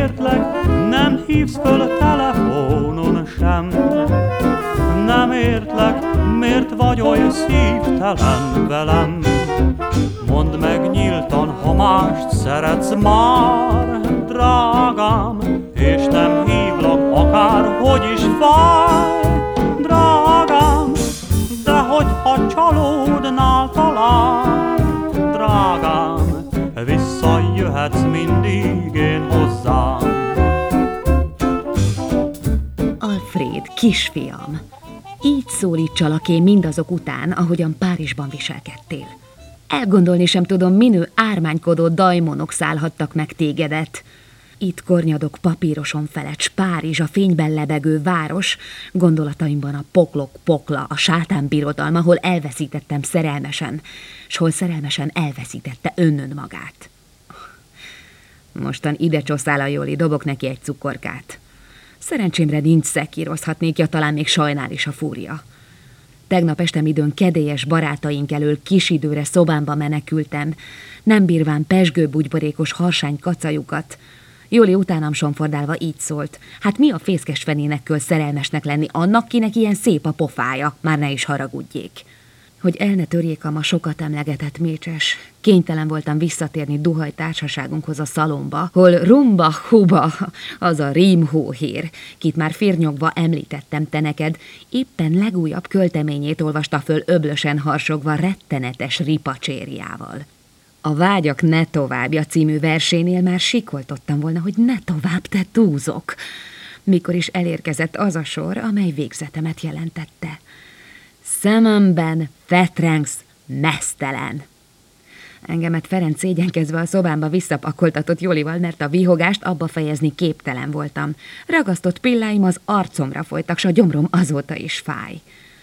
értlek, nem hívsz föl telefonon sem. Nem értlek, miért vagy oly szívtelen velem. Mondd meg nyíltan, ha mást szeretsz már, drágám, és nem hívlak akárhogy is fáj, drágám. De hogyha csalódnál talán, drágám, visszajöhetsz mindig én hozzám. Alfred, kisfiam, így szólítsalak én mindazok után, ahogyan Párizsban viselkedtél. Elgondolni sem tudom, minő ármánykodó dajmonok szállhattak meg tégedet. Itt kornyadok papíroson felett, s Párizs, a fényben lebegő város, gondolataimban a poklok pokla, a sátán birodalma, hol elveszítettem szerelmesen, s hol szerelmesen elveszítette önnön magát. Mostan ide csosszál a Joli, dobok neki egy cukorkát. Szerencsémre nincs szekírozhatnékja, talán még sajnál is a fúria. Tegnap este midőn kedélyes barátaink elől kis időre szobámba menekültem, nem bírván pezsgőbugyborékos harsány kacajukat. Joli utánam sonfordálva így szólt: hát mi a fészkes fenénekköl szerelmesnek lenni annak, kinek ilyen szép a pofája, már ne is haragudjék. Hogy el ne törjék a ma sokat emlegetett mécses, kénytelen voltam visszatérni duhaj társaságunkhoz a szalomba, hol rumba-huba, az a rímhóhér, kit már férnyogva említettem te neked, éppen legújabb költeményét olvasta föl öblösen harsogva rettenetes ripacsériával. A Vágyak ne továbbja című versénél már sikoltottam volna, hogy ne tovább, te túzok, mikor is elérkezett az a sor, amely végzetemet jelentette. Szememben fetrengsz, meztelen. Engemet Ferenc szégyenkezve a szobámba visszapakoltatott Jolival, mert a vihogást abba fejezni képtelen voltam. Ragasztott pilláim az arcomra folytak, s a gyomrom azóta is fáj.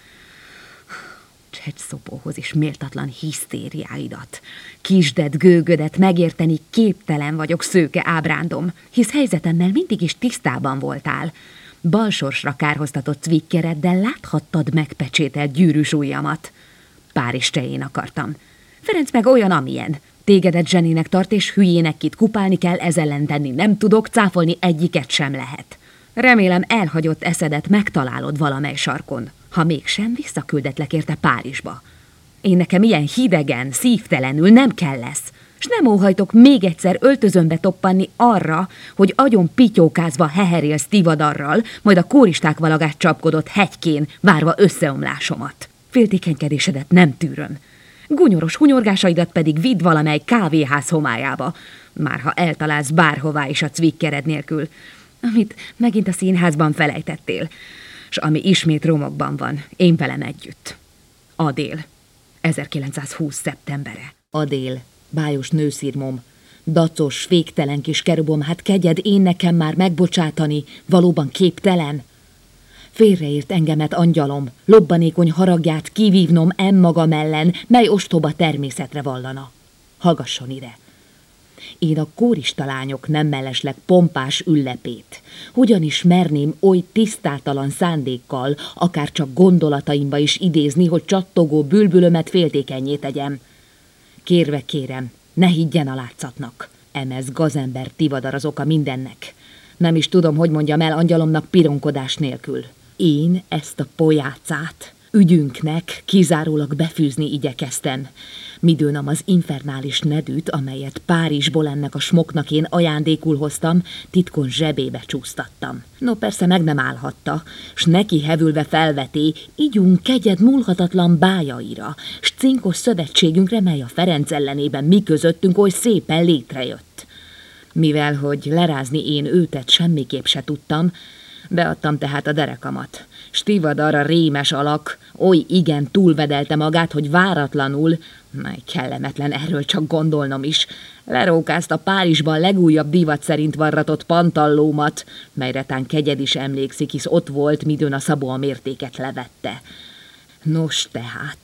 Csecsszopóhoz is méltatlan hisztériáidat, kisdet, gőgödet megérteni képtelen vagyok, szőke ábrándom, hisz helyzetemmel mindig is tisztában voltál. Balsorsra kárhoztatott cvikkereddel láthattad megpecsételt gyűrűs ujjamat. Párizs tején akartam. Ferenc meg olyan, amilyen. Tégedet zsenének tart, és hülyének kit kupálni kell, ez ellen tenni nem tudok, cáfolni egyiket sem lehet. Remélem elhagyott eszedet megtalálod valamely sarkon. Ha mégsem, visszaküldetlek érte Párizsba. Én nekem ilyen hidegen, szívtelenül nem kell lesz. S nem óhajtok még egyszer öltözömbe toppanni arra, hogy agyon pityókázva heherélsz tivadarral, majd a kóristák valagát csapkodott hegykén, várva összeomlásomat. Féltékenykedésedet nem tűröm. Gunyoros hunyorgásaidat pedig vidd valamely kávéház homályába, már ha eltalálsz bárhová is a cvikkered nélkül, amit megint a színházban felejtettél, s ami ismét romokban van, én velem együtt. Adél, 1920. szeptembere. Adél, bájos nőszirmom, dacos, féktelen kis kerubom, hát kegyed én nekem már megbocsátani, valóban képtelen? Félreért engemet angyalom, lobbanékony haragját kivívnom magam ellen, mely ostoba természetre vallana. Hallgasson ide! Én a kórista lányok nem mellesleg pompás üllepét. Hogyan is merném oly tisztátalan szándékkal, akár csak gondolataimba is idézni, hogy csattogó bülbülömet féltékennyé tegyem. Kérve kérem, ne higgyen a látszatnak. Emez gazember tivadar az oka mindennek. Nem is tudom, hogy mondjam el angyalomnak pironkodás nélkül. Én ezt a pojácát ügyünknek kizárólag befűzni igyekeztem. Midőnam az infernális nedűt, amelyet Párizsból ennek a smoknak én ajándékul hoztam, titkon zsebébe csúsztattam. No persze meg nem állhatta, s neki hevülve felveté, ígyunk kegyed múlhatatlan bájaira, s cinkos szövetségünkre, mely a Ferenc ellenében mi közöttünk oly szépen létrejött. Mivel, hogy lerázni én őtet semmiképp se tudtam, beadtam tehát a derekamat. Stivadar a rémes alak oly igen túlvedelte magát, hogy váratlanul, mely kellemetlen erről csak gondolnom is, lerókázta Párizsban legújabb divat szerint varratott pantallómat, melyre tán kegyed is emlékszik, hisz ott volt, midőn a szabó a mértéket levette. Nos tehát,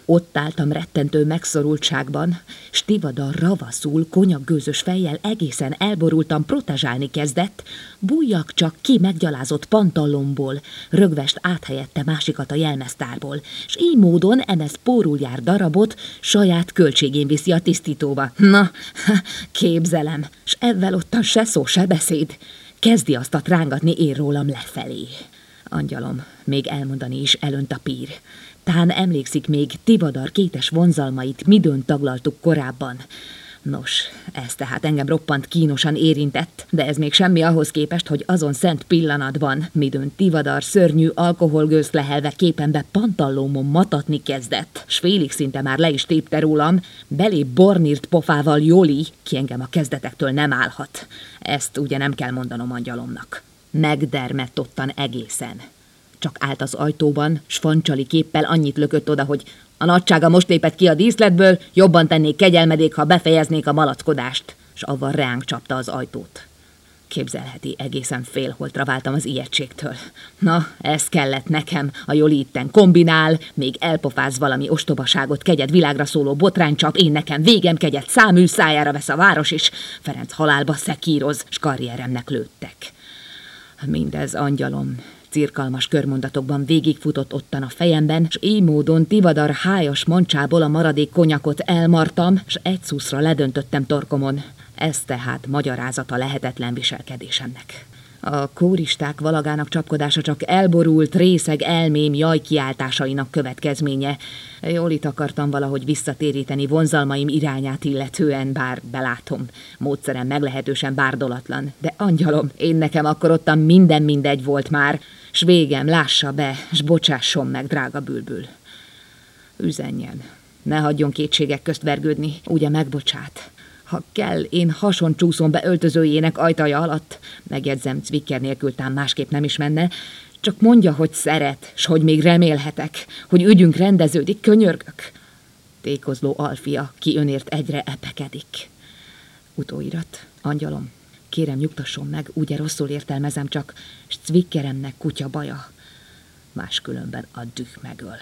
Ott álltam rettentő megszorultságban, s Tivadar ravaszul, konyakgőzös fejjel egészen elborultan protezsálni kezdett, Bújjak csak ki meggyalázott pantallomból, rögvest áthelyette másikat a jelmeztárból, s így módon emez pórul jár darabot, saját költségén viszi a tisztítóba. Na, képzelem, s evvel ottan se szó, se beszéd. Kezdi azt rángatni én rólam lefelé. Angyalom, még elmondani is elönt a pír. Tán emlékszik még Tivadar kétes vonzalmait, midőn taglaltuk korábban. Nos, ez tehát engem roppant kínosan érintett, de ez még semmi ahhoz képest, hogy azon szent pillanatban, midőn Tivadar szörnyű alkoholgőzt lehelve képenbe pantallómon matatni kezdett, s félig szinte már le is tépte rólam, belé bornírt pofával Joli, ki engem a kezdetektől nem állhat. Ezt ugye nem kell mondanom angyalomnak. Megdermedt ottan egészen. Csak állt az ajtóban, s fancsali képpel annyit lökött oda, hogy a nagysága most lépett ki a díszletből, jobban tennék kegyelmedék, ha befejeznék a malackodást, s avval reánk csapta az ajtót. Képzelheti, egészen félholtra váltam az ijegységtől. Na, ez kellett nekem, a Joli itten kombinál, még elpofáz valami ostobaságot, kegyed világra szóló botránycsap, én nekem végem kegyed, számű szájára vesz a város is, Ferenc halálba szekíroz, s karrieremnek lőttek. Mindez, angyalom, cirkalmas körmondatokban végigfutott ottan a fejemben, s így módon Tivadar hájas mancsából a maradék konyakot elmartam, s egy szuszra ledöntöttem torkomon. Ez tehát magyarázata lehetetlen viselkedésemnek. A kóristák valagának csapkodása csak elborult, részeg elmém jajkiáltásainak következménye. Jolit akartam valahogy visszatéríteni vonzalmaim irányát illetően, bár belátom, módszerem meglehetősen bárdolatlan. De angyalom, én nekem akkor ottan minden mindegy volt már, s végem, lássa be, s bocsásson meg, drága bülbül. Üzenjen, ne hagyjon kétségek közt vergődni, ugye megbocsát. Ha kell, én hason csúszom be öltözőjének ajtaja alatt, megjegyzem, Cvikker nélkül tám másképp nem is menne, csak mondja, hogy szeret, s hogy még remélhetek, hogy ügyünk rendeződik, könyörgök. Tékozló alfia, ki önért egyre epekedik. Utóirat, angyalom, kérem nyugtasson meg, ugye rosszul értelmezem csak, s Cvikkeremnek kutya baja. Máskülönben a düh megöl.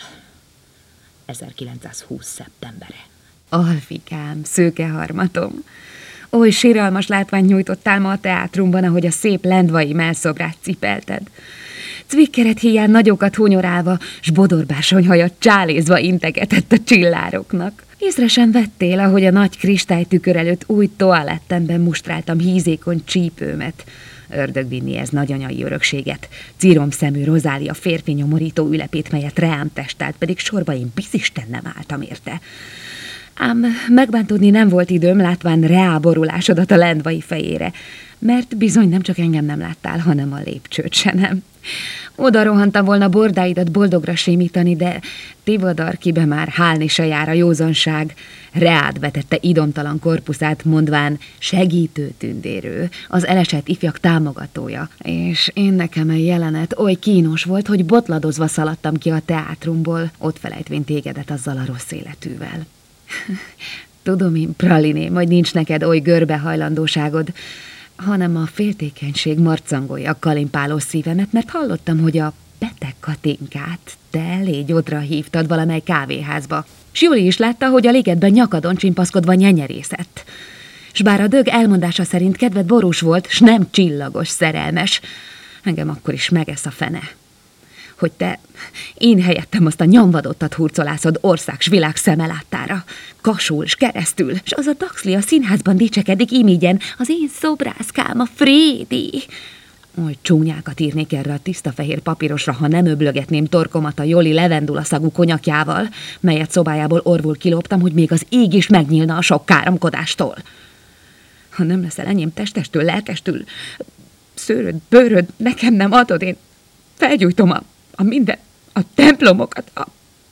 1920. szeptembere. Alfikám, szőkeharmatom, oly síralmas látványt nyújtottál ma a teátrumban, ahogy a szép lendvai mellszobrát cipelted. Cvikkeret híján nagyokat hunyorálva, s bodorbásony hajat csálézva integetett a csillároknak. Észre sem vettél, ahogy a nagy kristálytükör előtt új toalettemben mustráltam hízékony csípőmet. Ördögvinni ez nagyanyai örökséget, ciromszemű Rozália férfi nyomorító ülepét, melyet reám testált, pedig sorba én bizisten nem álltam érte. Ám megbántódni nem volt időm, látván reáborulásodat a lendvai fejére, mert bizony nem csak engem nem láttál, hanem a lépcsőt se nem. Oda rohantam volna bordáidat boldogra sémítani, de Tivadar, kibe már hálni se jár a józanság, reád vetette idomtalan korpuszát, mondván segítő tündérő, az elesett ifjak támogatója, és én nekem a jelenet oly kínos volt, hogy botladozva szaladtam ki a teátrumból, ott felejtvén tégedet azzal a rossz életűvel. Tudom én, praliné, majd nincs neked oly görbehajlandóságod, hanem a féltékenység marcangolja a kalimpáló szívemet, mert hallottam, hogy a beteg Katinkát te légy odra hívtad valamely kávéházba. S Juli is látta, hogy a ligetben nyakadon csimpaszkodva nyenyerészett. S bár a dög elmondása szerint kedved borús volt, s nem csillagos szerelmes, engem akkor is megesz a fene. Hogy te én helyettem azt a nyomvadottat hurcolászod ország s világ szeme láttára. Kasul s keresztül, s az a Daxli a színházban dicsekedik imígyen, az én szobrászkám, a Frédi. Oly csúnyákat írnék erre a tiszta fehér papírosra, ha nem öblögetném torkomat a Joli levendula szagú konyakjával, melyet szobájából orvul kiloptam, hogy még az ég is megnyílna a sok káromkodástól. Ha nem leszel enyém testestől, lelkestül, szőröd, bőröd nekem nem adod, én felgyújtom a minden, a templomokat,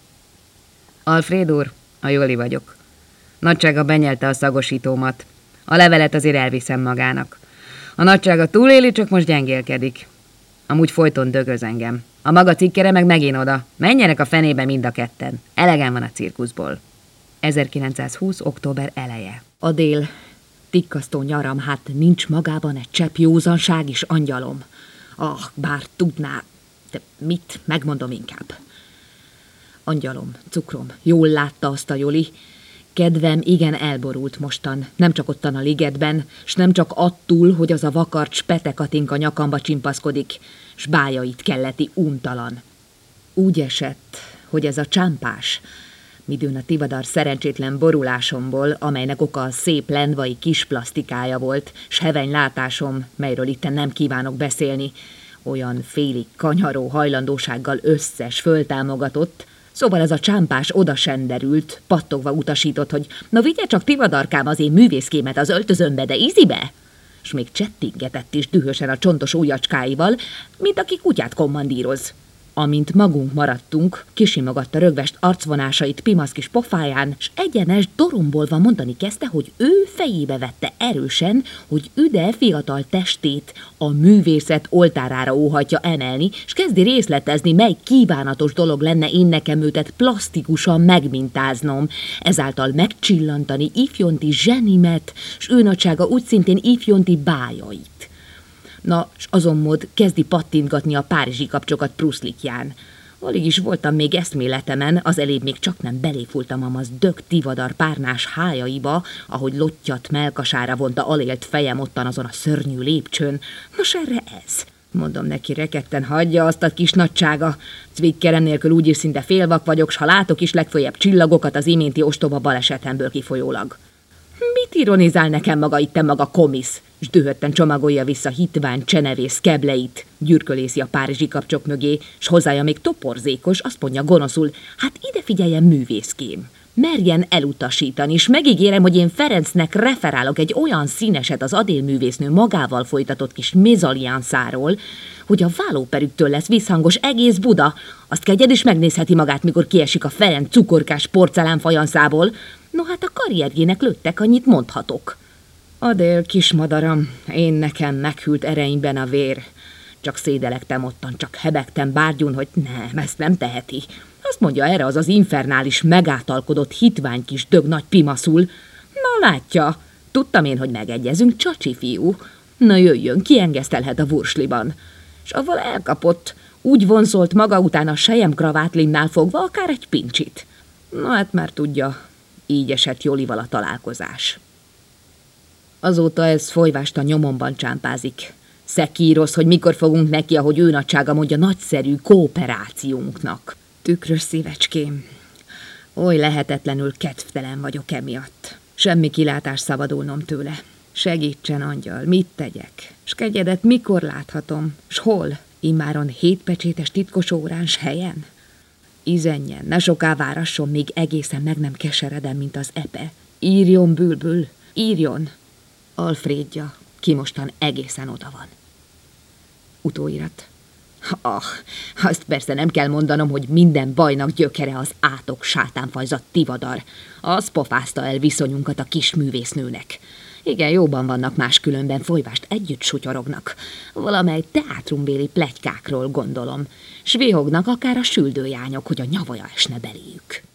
Alfréd úr, a Joli vagyok. Nagysága benyelte a szagosítómat. A levelet azért elviszem magának. A nagysága túléli, csak most gyengélkedik. Amúgy folyton dögöz engem. A maga cikkere meg megint oda. Menjenek a fenébe mind a ketten. Elegem van a cirkuszból. 1920. október eleje. A dél tikkasztó nyaram, hát nincs magában egy csepp józanság is, angyalom. Bár tudná, de mit, megmondom inkább. Angyalom, cukrom, jól látta azt a Joli. Kedvem igen elborult mostan, nem csak ottan a ligetben, s nem csak attól, hogy az a vakarcs Pete Katinka nyakamba csimpaszkodik, s bájait kelleti untalan. Úgy esett, hogy ez a csámpás, midőn a Tivadar szerencsétlen borulásomból, amelynek oka a szép lendvai kis plastikája volt, s heveny látásom, melyről itten nem kívánok beszélni, olyan félig kanyaró hajlandósággal összes föltámogatott, szóval ez a csámpás odasenderült, pattogva utasított, hogy na vigye csak Tivadarkám az én művészkémet az öltözömbe, de ízibe! S még csettingetett is dühösen a csontos ujjacskáival, mint aki kutyát kommandíroz. Amint magunk maradtunk, kisimogatta rögvest arcvonásait Pimasz kis pofáján, s egyenes dorombolva mondani kezdte, hogy ő fejébe vette erősen, hogy üde fiatal testét a művészet oltárára óhajtja emelni, s kezdi részletezni, mely kívánatos dolog lenne én nekem őtet plastikusan megmintáznom, ezáltal megcsillantani ifjonti zsenimet, s ő nagysága úgy szintén ifjonti bájait. Na, s azon mód kezdi pattintgatni a párizsi kapcsokat pruszlikján. Alig is voltam még eszméletemen, az elébb még csak nem beléfultam amaz dög Tivadar párnás hájaiba, ahogy lottyat melkasára vonta alélt fejem ottan azon a szörnyű lépcsőn. Nos, erre ez. Mondom neki rekedten, hagyja azt a kis nagysága. Cvikkerem nélkül úgyis szinte félvak vagyok, s ha látok is legföljebb csillagokat az iménti ostoba balesetemből kifolyólag. Mit ironizál nekem maga itten maga komisz? S dühötten csomagolja vissza hitvány csenevész kebleit, gyürkölészi a párizsi kapcsok mögé, s hozzája még toporzékos, azt mondja gonoszul, hát ide figyeljen művészkém. Merjen elutasítani, és megígérem, hogy én Ferencnek referálok egy olyan színeset az Adél művésznő magával folytatott kis mézalianszáról, hogy a vállóperüktől lesz visszhangos egész Buda. Azt kegyed is megnézheti magát, mikor kiesik a Ferenc cukorkás porcelán fajanszából. No hát a karrierjének lőttek, annyit mondhatok. Adél, kis madaram, én nekem meghűlt ereimben a vér. Csak szédelektem ottan, csak hebegtem bárgyún, hogy nem, ezt nem teheti. Azt mondja erre az infernális, megátalkodott hitvány kis dög nagy Pimaszul. Na látja, tudtam én, hogy megegyezünk, csacsi fiú. Na jöjjön, kiengesztelhet a vursliban. S avval elkapott, úgy vonzolt maga után a selyemkravátlinnál fogva akár egy pincsit. Na hát már tudja, így esett Jolival a találkozás. Azóta ez folyvást a nyomomban csámpázik. Szekíroz, hogy mikor fogunk neki, ahogy ő nagysága mondja, nagyszerű kooperációnknak. Tükrös szívecském, oly lehetetlenül kedvtelen vagyok emiatt. Semmi kilátás szabadulnom tőle. Segítsen, angyal, mit tegyek? S kegyedet mikor láthatom? S hol? Immáron 7 pecsétes titkos óráns helyen? Izenjen, ne soká várasson, még egészen meg nem keseredem, mint az epe. Írjon, bülbül, írjon! Alfrédja, ki mostan egészen oda van. Utóirat. Azt persze nem kell mondanom, hogy minden bajnak gyökere az átok sátánfajzat Tivadar. Az pofázta el viszonyunkat a kis művésznőnek. Igen, jóban vannak, máskülönben folyvást együtt sutyorognak. Valamely teátrumbéli pletykákról gondolom. S vihognak akár a süldőjányok, hogy a nyavaja esne beléjük.